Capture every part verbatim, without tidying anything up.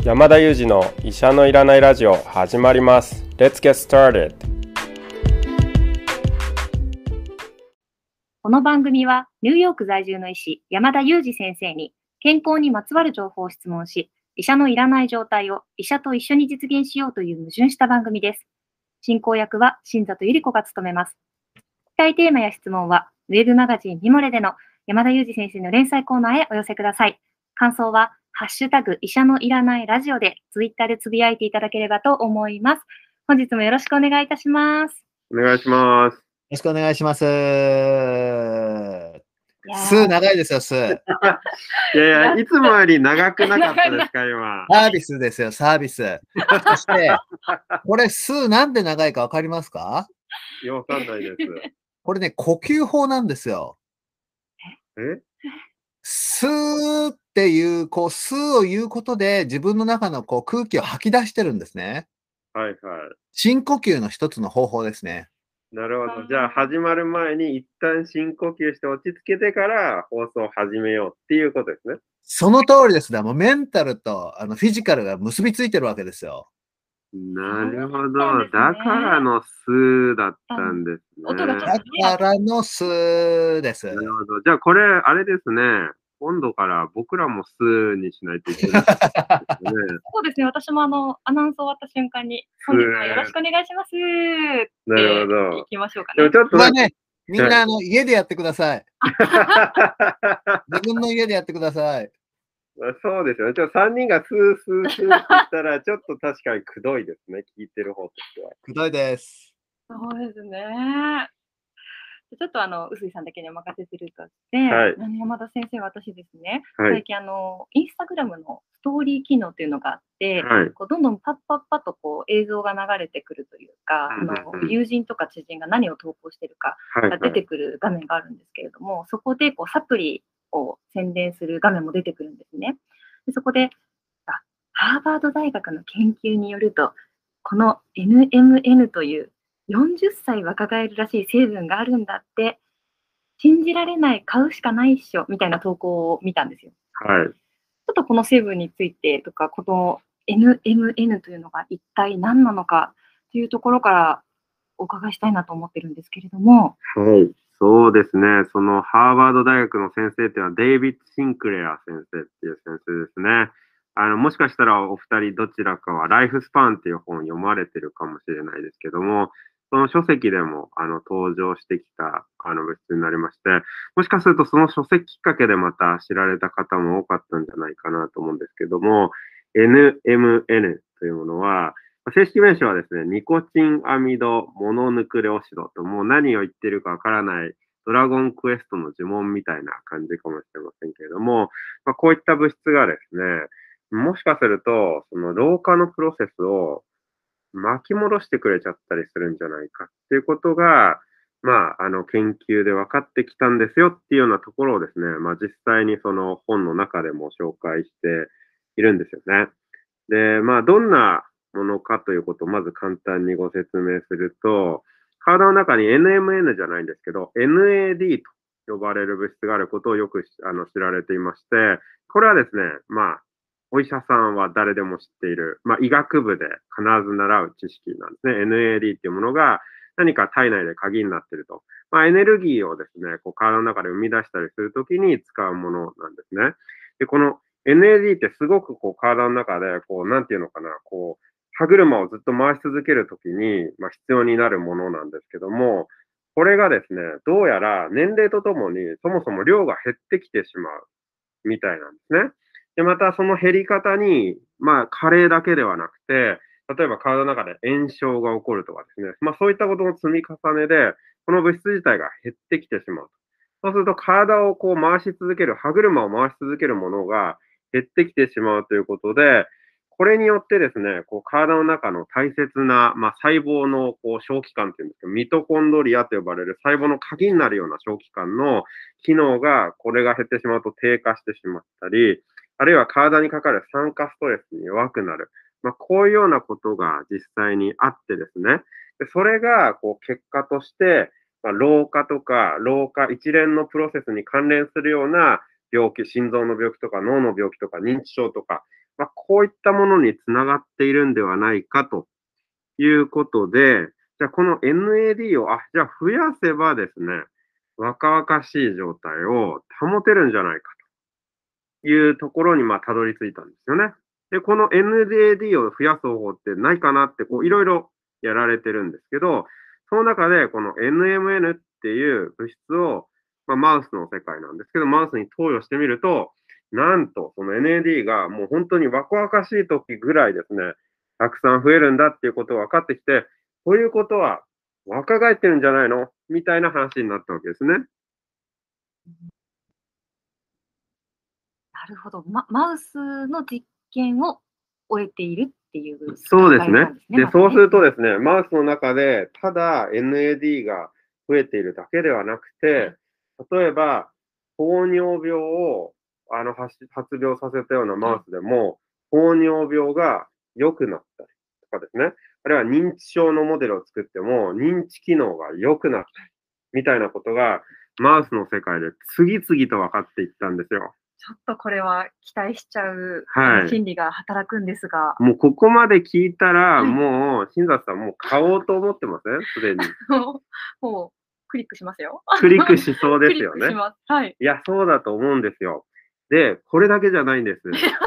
山田裕二の医者のいらないラジオ始まります。Let's get started。 この番組はニューヨーク在住の医師山田裕二先生に健康にまつわる情報を質問し、医者のいらない状態を医者と一緒に実現しようという矛盾した番組です。進行役は新里ゆり子が務めます。聞きたいテーマや質問はウェブマガジンミモレでの山田裕二先生の連載コーナーへお寄せください。感想はハッシュタグ医者のいらないラジオでツイッターでつぶやいていただければと思います。本日もよろしくお願いいたします。 お願いします。 よろしくお願いします。数長いですよ、数。いやいや、いつもより長くなかったですか、今。 サービスですよ、サービス。そして、これ数なんで長いかわかりますか？ いや、わかんないです。 これね、呼吸法なんですよ。 え？ スーっていう、こう、スーを言うことで自分の中のこう空気を吐き出してるんですね。 はいはい。 深呼吸の一つの方法ですね。 なるほど。じゃあ、始まる前に一旦深呼吸して落ち着けてから放送を始めようっていうことですね。 その通りですね。もうメンタルとあのフィジカルが結びついてるわけですよ。 なるほど。ね、だからのスだったんですね。 だからのスです。 なるほど。じゃあ、これ、あれですね。今度から僕らもスにしないといけない、ね。 そうですね。私もあのアナウンス終わった瞬間に、本日はよろしくお願いしますってなるほど。 行きましょうかね。 でもちょっとまあね、みんなあの家でやってください。自分の家でやってください。 そうですよね。ちょっとさんにんがスースースーって言ったら、ちょっと確かにくどいですね。聞いてる方としては。 くどいです。 そうですね。ちょっとあの、臼井さんだけにお任せするとして、 はい、 山田先生、私ですね、 はい、 最近あの、インスタグラムのストーリー機能っていうのがあって、 はい、 こうどんどんパッパッパッとこう映像が流れてくるというか、あの友人とか知人が何を投稿してるかが出てくる画面があるんですけれども、はいはい、そこでこうサプリを宣伝する画面も出てくるんですね。でそこであ、ハーバード大学の研究によると、この エヌエムエヌ というよんじゅっさい若返るらしい成分があるんだって、信じられない、買うしかないっしょみたいな投稿を見たんですよ。 はい。 ちょっとこの成分についてとか、この エヌエムエヌ というのが一体何なのかというところからお伺いしたいなと思ってるんですけれども。 はい。そうですね。そのハーバード大学の先生っていうのはデイビッド・シンクレア先生っていう先生ですね。あの、もしかしたらお二人どちらかはライフスパンっていう本を読まれてるかもしれないですけども、その書籍でもあの登場してきたあの物質になりまして、もしかするとその書籍きっかけでまた知られた方も多かったんじゃないかなと思うんですけども、エヌエムエヌ というものは、正式名称はですね、ニコチンアミドモノヌクレオシドと、もう何を言ってるかわからないドラゴンクエストの呪文みたいな感じかもしれませんけれども、まあ、こういった物質がですね、もしかすると、その老化のプロセスを巻き戻してくれちゃったりするんじゃないかっていうことが、まあ、あの、研究で分かってきたんですよっていうようなところをですね、まあ、実際にその本の中でも紹介しているんですよね。で、まあ、どんなものかということをまず簡単にご説明すると、体の中に エヌエムエヌ じゃないんですけど、エヌエーディー と呼ばれる物質があることをよくあの知られていまして、これはですね、まあ、お医者さんは誰でも知っている、まあ、医学部で必ず習う知識なんですね。エヌエーディー っていうものが何か体内で鍵になっていると。まあ、エネルギーをですね、こう体の中で生み出したりするときに使うものなんですね。で、この エヌエーディー ってすごくこう体の中で、こう、なんていうのかな、こう、歯車をずっと回し続けるときに、まあ、必要になるものなんですけども、これがですね、どうやら年齢とともにそもそも量が減ってきてしまうみたいなんですね。で、またその減り方に、まあ、加齢だけではなくて、例えば体の中で炎症が起こるとかですね、まあそういったことの積み重ねで、この物質自体が減ってきてしまう。そうすると体をこう回し続ける、歯車を回し続けるものが減ってきてしまうということで、これによってですね、こう体の中の大切な、まあ、細胞のこう小器官っていうんですけど、ミトコンドリアと呼ばれる細胞の鍵になるような小器官の機能が、これが減ってしまうと低下してしまったり、あるいは体にかかる酸化ストレスに弱くなる。まあ、こういうようなことが実際にあってですね、でそれがこう結果として、まあ、老化とか老化一連のプロセスに関連するような病気、心臓の病気とか脳の病気とか認知症とか、 まあ、こういったものにつながっているんではないかということで、じゃあこの エヌエーディー を、あ、じゃあ増やせばですね、若々しい状態を保てるんじゃないかというところに、まあ、たどり着いたんですよね。で、この エヌエーディー を増やす方法ってないかなって、こう、いろいろやられてるんですけど、その中で、この エヌエムエヌ っていう物質を、まあ、マウスの世界なんですけど、マウスに投与してみると、なんと、その エヌエーディー がもう本当に若々しい時ぐらいですね、たくさん増えるんだっていうことが分かってきて、ということは、若返ってるんじゃないのみたいな話になったわけですね。 なるほど。ま、マウスの実験を終えているっていうそうですね。 段階なんですね。 で、 まずねそうするとですね、マウスの中で、ただ エヌエーディー が増えているだけではなくて、例えば、糖尿病をあの発し発病させたようなマウスでも、糖尿病が良くなったりとかですね、あるいは認知症のモデルを作っても、認知機能が良くなったり、みたいなことが、マウスの世界で次々と分かっていったんですよ。 ちょっとこれは期待しちゃう、 はいあの心理が働くんですが、 もうここまで聞いたら、 はいもう、新里さんもう買おうと思ってませんすでに。 もうもうクリックしますよ。 クリックしそうですよねクリックし。ます。はい。 いや、そうだと思うんですよ。で、これだけじゃないんです。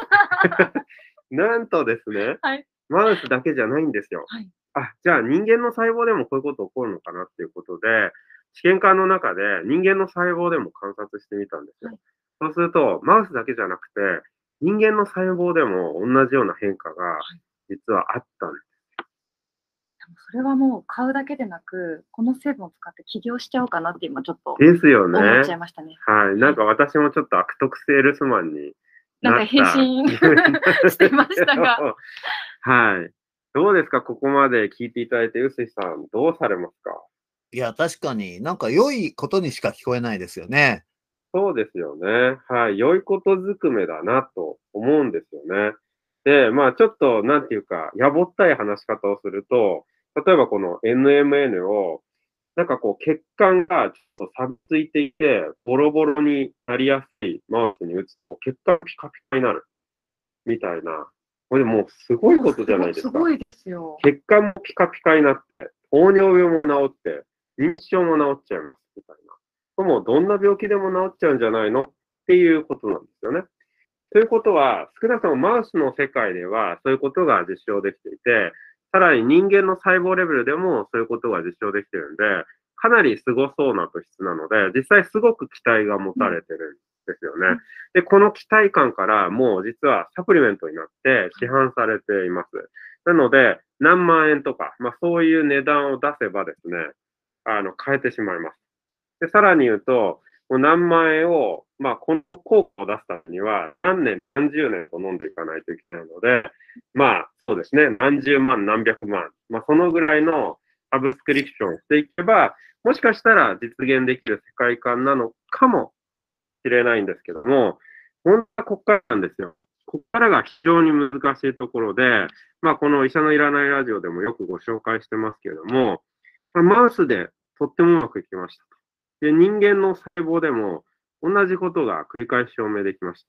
なんとですね、 はい。 マウスだけじゃないんですよ。 はい。 あ、じゃあ人間の細胞でもこういうこと起こるのかなっていうことで、試験管の中で人間の細胞でも観察してみたんですよ。 はいそうすると、マウスだけじゃなくて、人間の細胞でも同じような変化が実はあったんです。 でもそれはもう買うだけでなく、この成分を使って起業しちゃおうかなって今ちょっとですよね。 思っちゃいましたね。 はい。なんか私もちょっと悪徳セールスマンになんかなった変身してましたが。 はい。どうですかここまで聞いていただいて、臼井さん、どうされますか？ いや、確かになんか良いことにしか聞こえないですよね。 そうですよね。はい。良いことずくめだなと思うんですよね。で、まあちょっと、なんていうか、やぼったい話し方をすると、例えばこの エヌエムエヌ を、なんかこう血管がちょっと錆びついていて、ボロボロになりやすいマウスに打つと、血管ピカピカになる。みたいな。これもうすごいことじゃないですか。 すごいですよ。 血管もピカピカになって、糖尿病も治って、認知症も治っちゃいます。みたいな。もうどんな病気でも治っちゃうんじゃないのっていうことなんですよね。ということは、少なくともマウスの世界ではそういうことが実証できていて、さらに人間の細胞レベルでもそういうことが実証できているんで、かなりすごそうな物質なので、実際すごく期待が持たれてるんですよね。で、この期待感からもう実はサプリメントになって市販されています。なので、何万円とか、まあそういう値段を出せばですね、あの、変えてしまいます。で、さらに言うと、もう何万円を、まあ、この効果を出すためには、何年、何十年と飲んでいかないといけないので、まあ、そうですね、何十万、何百万、まあ、そのぐらいのサブスクリプションをしていけば、もしかしたら実現できる世界観なのかもしれないんですけども、本当はここからなんですよ。ここからが非常に難しいところで、まあ、この医者のいらないラジオでもよくご紹介してますけれども、マウスでとってもうまくいきました。で、人間の細胞でも同じことが繰り返し証明できました。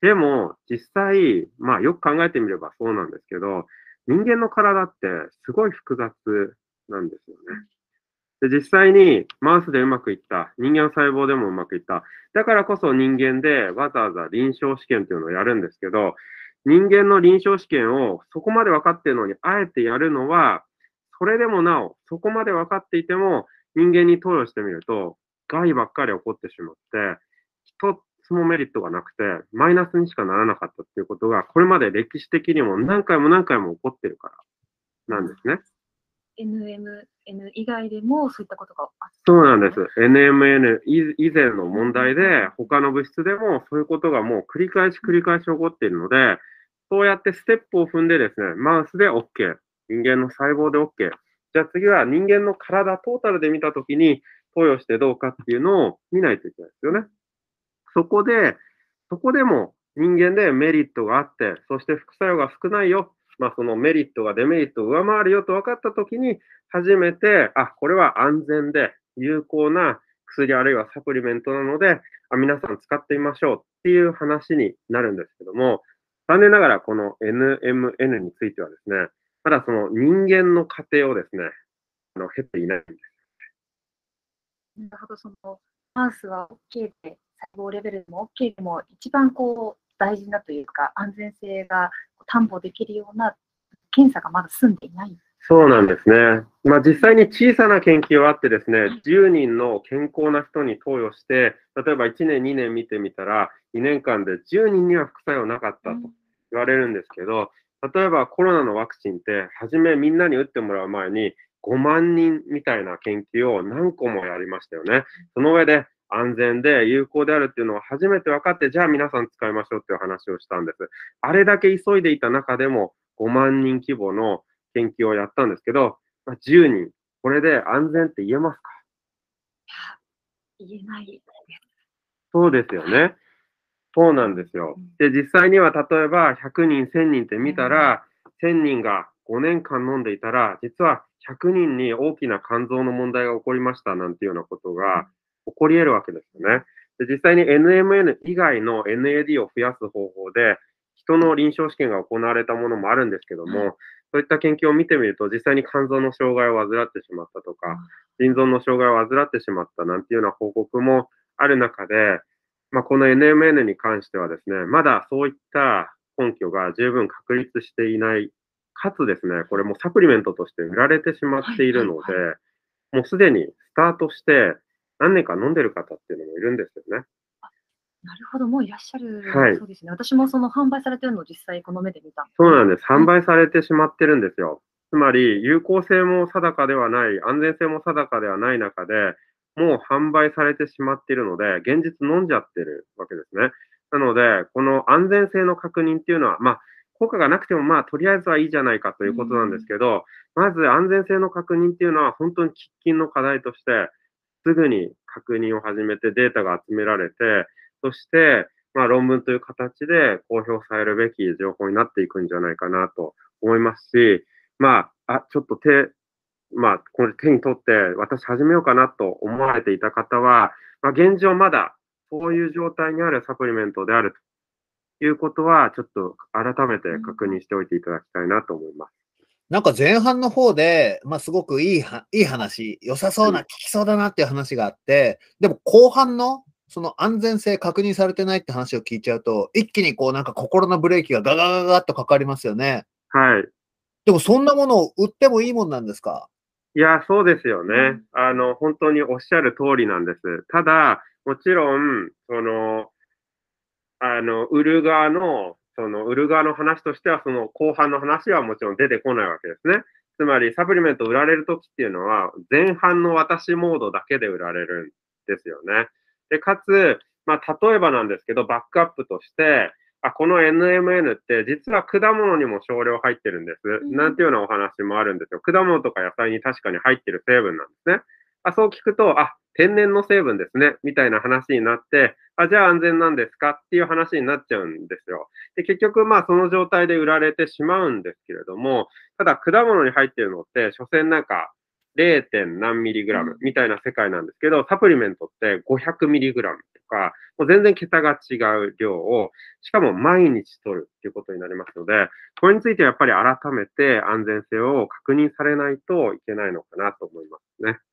でも、実際、まあよく考えてみればそうなんですけど、人間の体ってすごい複雑なんですよね。で、実際にマウスでうまくいった、人間の細胞でもうまくいった。だからこそ人間でわざわざ臨床試験というのをやるんですけど、人間の臨床試験をそこまで分かっているのに、あえてやるのは、それでもなお、そこまで分かっていても、人間に投与してみると、害ばっかり起こってしまって、一つもメリットがなくて、マイナスにしかならなかったっていうことが、これまで歴史的にも何回も何回も起こってるからなんですね。 エヌエムエヌ 以外でもそういったことがあった。 そうなんです。エヌエムエヌ 以前の問題で、他の物質でもそういうことがもう繰り返し繰り返し起こっているので、そうやってステップを踏んでですね、マウスで OK、人間の細胞で OK、じゃあ次は人間の体トータルで見たときに投与してどうかっていうのを見ないといけないですよね。そこで、そこでも人間でメリットがあって、そして副作用が少ないよ。まあそのメリットがデメリットを上回るよと分かったときに、初めて、あ、これは安全で有効な薬あるいはサプリメントなので、あ、皆さん使ってみましょうっていう話になるんですけども、 残念ながらこの エヌエムエヌ についてはですね、まだその人間の過程をですね、あの経ていないんです。 なるほど、そのマウスは OK で、細胞レベルでも OK でも、一番こう大事なというか、安全性が担保できるような検査がまだ済んでいない。 そうなんですね。まあ、実際に小さな研究はあってですね、じゅうにんの健康な人に投与して、例えばいちねん、にねん見てみたら、にねんかんでじゅうにんには副作用なかったと言われるんですけど、例えばコロナのワクチンって、初めみんなに打ってもらう前に、ごまんにんみたいな研究を何個もやりましたよね。その上で安全で有効であるっていうのを初めて分かって、じゃあ皆さん使いましょうっていう話をしたんです。あれだけ急いでいた中でも、ごまんにん規模の研究をやったんですけど、まあ、じゅうにん、これで安全って言えますか？ 言えないです。 そうですよね。そうなんですよ。で、実際には例えばひゃくにん、せんにんって見たら、せんにんがごねんかん飲んでいたら、実はひゃくにんに大きな肝臓の問題が起こりましたなんていうようなことが起こり得るわけですよね。で、実際に エヌエムエヌ 以外の エヌエーディー を増やす方法で、人の臨床試験が行われたものもあるんですけども、そういった研究を見てみると、実際に肝臓の障害を患ってしまったとか、腎臓の障害を患ってしまったなんていうような報告もある中で、まあ、この エヌエムエヌ に関してはですね、まだそういった根拠が十分確立していない、かつですね、これもサプリメントとして売られてしまっているので、もうすでにスタートして何年か飲んでる方っていうのもいるんですよね。 なるほど、もういらっしゃる、 はい、 そうですね。私もその販売されてるのを実際この目で見た。 そうなんです。販売されてしまってるんですよ。つまり、有効性も定かではない、安全性も定かではない中で、もう販売されてしまっているので、現実飲んじゃってるわけですね。なので、この安全性の確認っていうのは、まあ、効果がなくても、まあ、とりあえずはいいじゃないかということなんですけど、まず安全性の確認っていうのは、本当に喫緊の課題として、すぐに確認を始めてデータが集められて、そして、まあ、論文という形で公表されるべき情報になっていくんじゃないかなと思いますし、まあ、あ、ちょっと手、まあ、これ手に取って私始めようかなと思われていた方は、まあ、現状まだそういう状態にあるサプリメントであるということは、ちょっと改めて確認しておいていただきたいなと思います。 なんか前半の方で、まあ、すごくいいは、いい話、良さそうな、聞きそうだなっていう話があって、でも後半のその安全性確認されてないって話を聞いちゃうと、一気にこうなんか心のブレーキがガガガガッとかかりますよね。 はい。 でもそんなものを売ってもいいもんなんですか？ いや、そうですよね。あの、本当におっしゃる通りなんです。ただ、もちろん、その、あの、売る側の、その、売る側の話としては、その後半の話はもちろん出てこないわけですね。つまり、サプリメント売られるときっていうのは、前半の私モードだけで売られるんですよね。で、かつ、まあ、例えばなんですけど、バックアップとして、あ、この エヌエムエヌ って実は果物にも少量入ってるんです。なんていうようなお話もあるんですよ。果物とか野菜に確かに入ってる成分なんですね。あ、そう聞くと、あ、天然の成分ですね、みたいな話になって、あ、じゃあ安全なんですかっていう話になっちゃうんですよ。で、結局、まあ、その状態で売られてしまうんですけれども、ただ、果物に入っているのって、所詮なんか、れい. 点何ミリグラムみたいな世界なんですけど、サプリメントってごひゃくミリグラムとか、もう全然桁が違う量を、しかも毎日取るっていうことになりますので、これについてはやっぱり改めて安全性を確認されないといけないのかなと思いますね。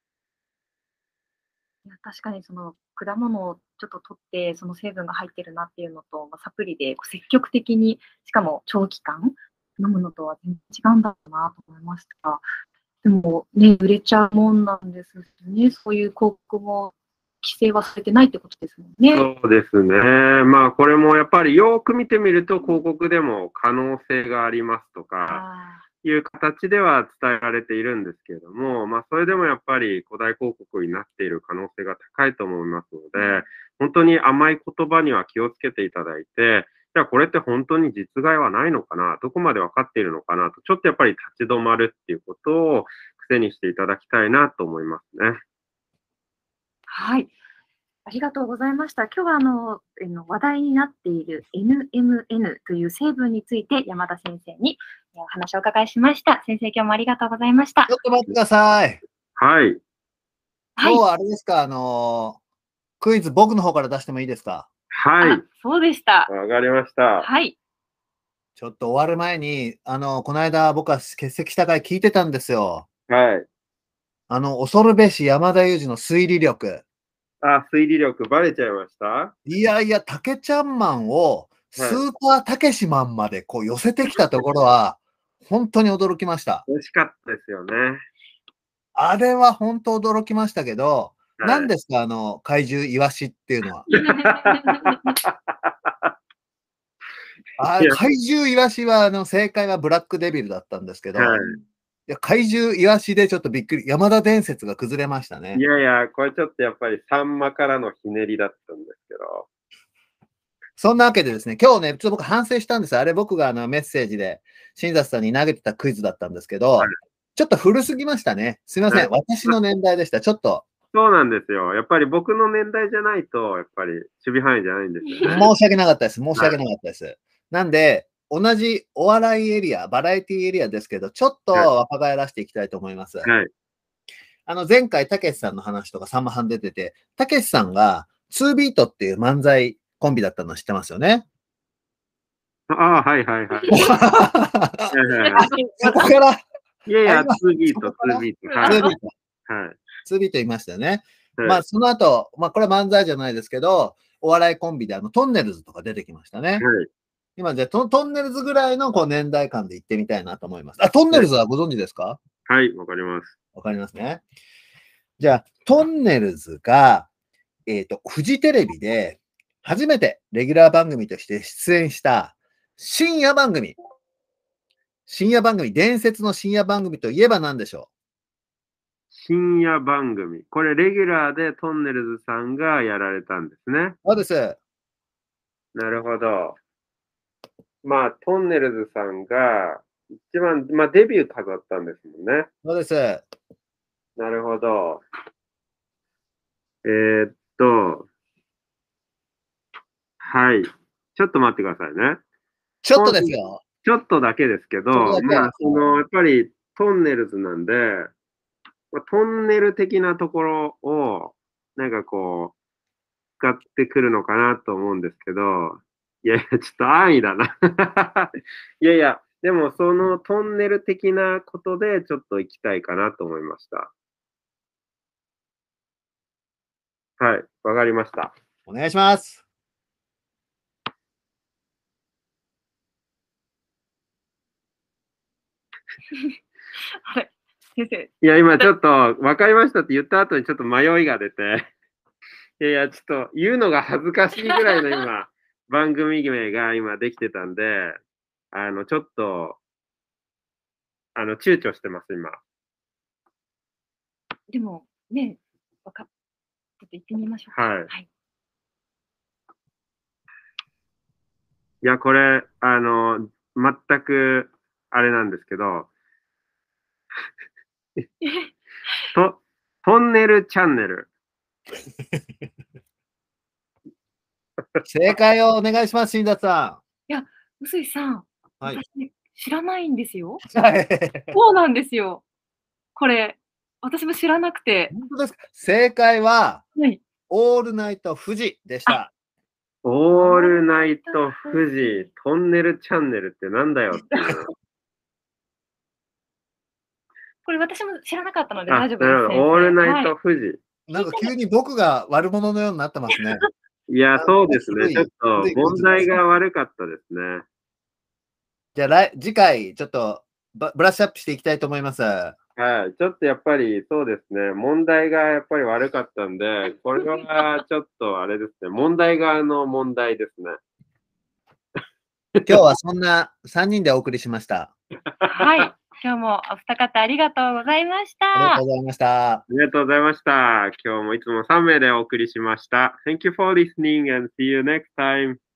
いや、確かにその果物をちょっと取って、その成分が入ってるなっていうのと、まあ、サプリでこう積極的に、しかも長期間飲むのとは全然違うんだろうなと思いました。でもね、売れちゃうもんなんですね。そういう広告も規制はされてないってことですもんね。 そうですね。まあ、これもやっぱりよく見てみると、広告でも可能性がありますとか、いう形では伝えられているんですけれども、まあ、それでもやっぱり古代広告になっている可能性が高いと思いますので、本当に甘い言葉には気をつけていただいて、じゃあこれって本当に実害はないのかな、どこまで分かっているのかなと、ちょっとやっぱり立ち止まるっていうことを癖にしていただきたいなと思いますね。 はい。ありがとうございました。今日はあの、えの話題になっている エヌエムエヌ という成分について山田先生にお話をお伺いしました。先生、今日もありがとうございました。 ちょっと待ってください。 はい。 今日はあれですか、あのー、クイズ僕の方から出してもいいですか？ はい。 そうでした。 わかりました。 はい。 ちょっと終わる前に、あの、この間僕は欠席した回聞いてたんですよ。 はい。 あの、恐るべし山田裕二の推理力。 あ、推理力バレちゃいました？ いやいや、たけちゃんマンをスーパーたけしマンまでこう寄せてきたところは、本当に驚きました。 美味しかったですよね。 あれは本当驚きましたけど、 はい何ですか、あの、怪獣イワシっていうのは。あいや怪獣イワシは、あの、正解はブラックデビルだったんですけど、 はいいや怪獣イワシでちょっとびっくり、山田伝説が崩れましたねい。やいや、これちょっとやっぱりサンマからのひねりだったんですけど。 そんなわけでですね、今日ね、ちょっと僕反省したんです。あれ僕があのメッセージで新里さんに投げてたクイズだったんですけど、 はいちょっと古すぎましたね。すいません。 はい私の年代でした。ちょっとそうなんですよ。やっぱり僕の年代じゃないと、やっぱり守備範囲じゃないんですよね。 申し訳なかったです。申し訳なかったです。なんで、同じお笑いエリア、バラエティエリアですけど、ちょっと若返らせていきたいと思います。 はい。 あの、前回、たけしさんの話とかさんまはん出てて、たけしさんがツービートっていう漫才コンビだったの知ってますよね。 ああ、はいはいはい。はいはいはいそこから、 いやいや、 あ今ツービート、 そこからツービート。はい。 ツービート、 はい。 ツービートいましたよね。 はいまあ、その後、まあ、これは漫才じゃないですけど、お笑いコンビであの、トンネルズとか出てきましたね。 はい。 今、じゃあト、トンネルズぐらいのこう年代間で行ってみたいなと思います。あ、トンネルズはご存知ですか？ はい、わかります。 わかりますね。じゃあ、トンネルズが、えっと、フジテレビで初めてレギュラー番組として出演した深夜番組。深夜番組、伝説の深夜番組といえば何でしょ深夜番組。これ、レギュラーでトンネルズさんがやられたんですね。 う？そうです。 なるほど。まあ、トンネルズさんが、一番、まあ、デビュー飾ったんですもんね。 そうです。 なるほど。えーっと、はい。ちょっと待ってくださいね。 ちょっとですよ。 ちょっとだけですけちょっとだど、 けまあ、その、やっぱりトンネルズなんで、まあ、トンネル的なところを、なんかこう、使ってくるのかなと思うんですけど、いやいや、ちょっと安易だな。いやいや、でもそのトンネル的なことでちょっと行きたいかなと思いました。はい、わかりました。 お願いします。 あれ、先生。 いや、今ちょっとわかりましたって言った後にちょっと迷いが出て、いやいや、ちょっと言うのが恥ずかしいぐらいの今、番組名が今できてたんで、あの、ちょっと、あの、躊躇してます、今。 でも、ね、わかっ、ちょっと行ってみましょうか。 はい。 はい。 いや、これ、あの、全く、あれなんですけど、と、トンネルチャンネル。 正解をお願いします、新田さ臼井さん、 はい私、知らないんですよ。 ん。はい。 そうなんですよ。これ、私も知らなくて。 本当ですか？正解は、 はい。 オールナイト富士でした。 オールナイト富士、トンネルチャンネルってなんだよっていう。 これ私も知らなかったのであ、な大丈夫です。 るほど。オールナイト富士。 なんか急に僕が悪者のようになってますね。 いや、そうですね。 古いちょっと古い問題が悪かったですね。 じゃあ来、次回、ちょっとブブラッシュアップしていきたいと思います。 はい。ちょっとやっぱりそうですね。問題がやっぱり悪かったんで、これはちょっとあれですね。問題側の問題ですね。 今日はそんなさんにんでお送りしました。 はい。今日もお二方ありがとうございましありがたとう。ございました。 ありがとうございました。今日もいつもさん名でお送りしました。Thank you for listening and see you next time.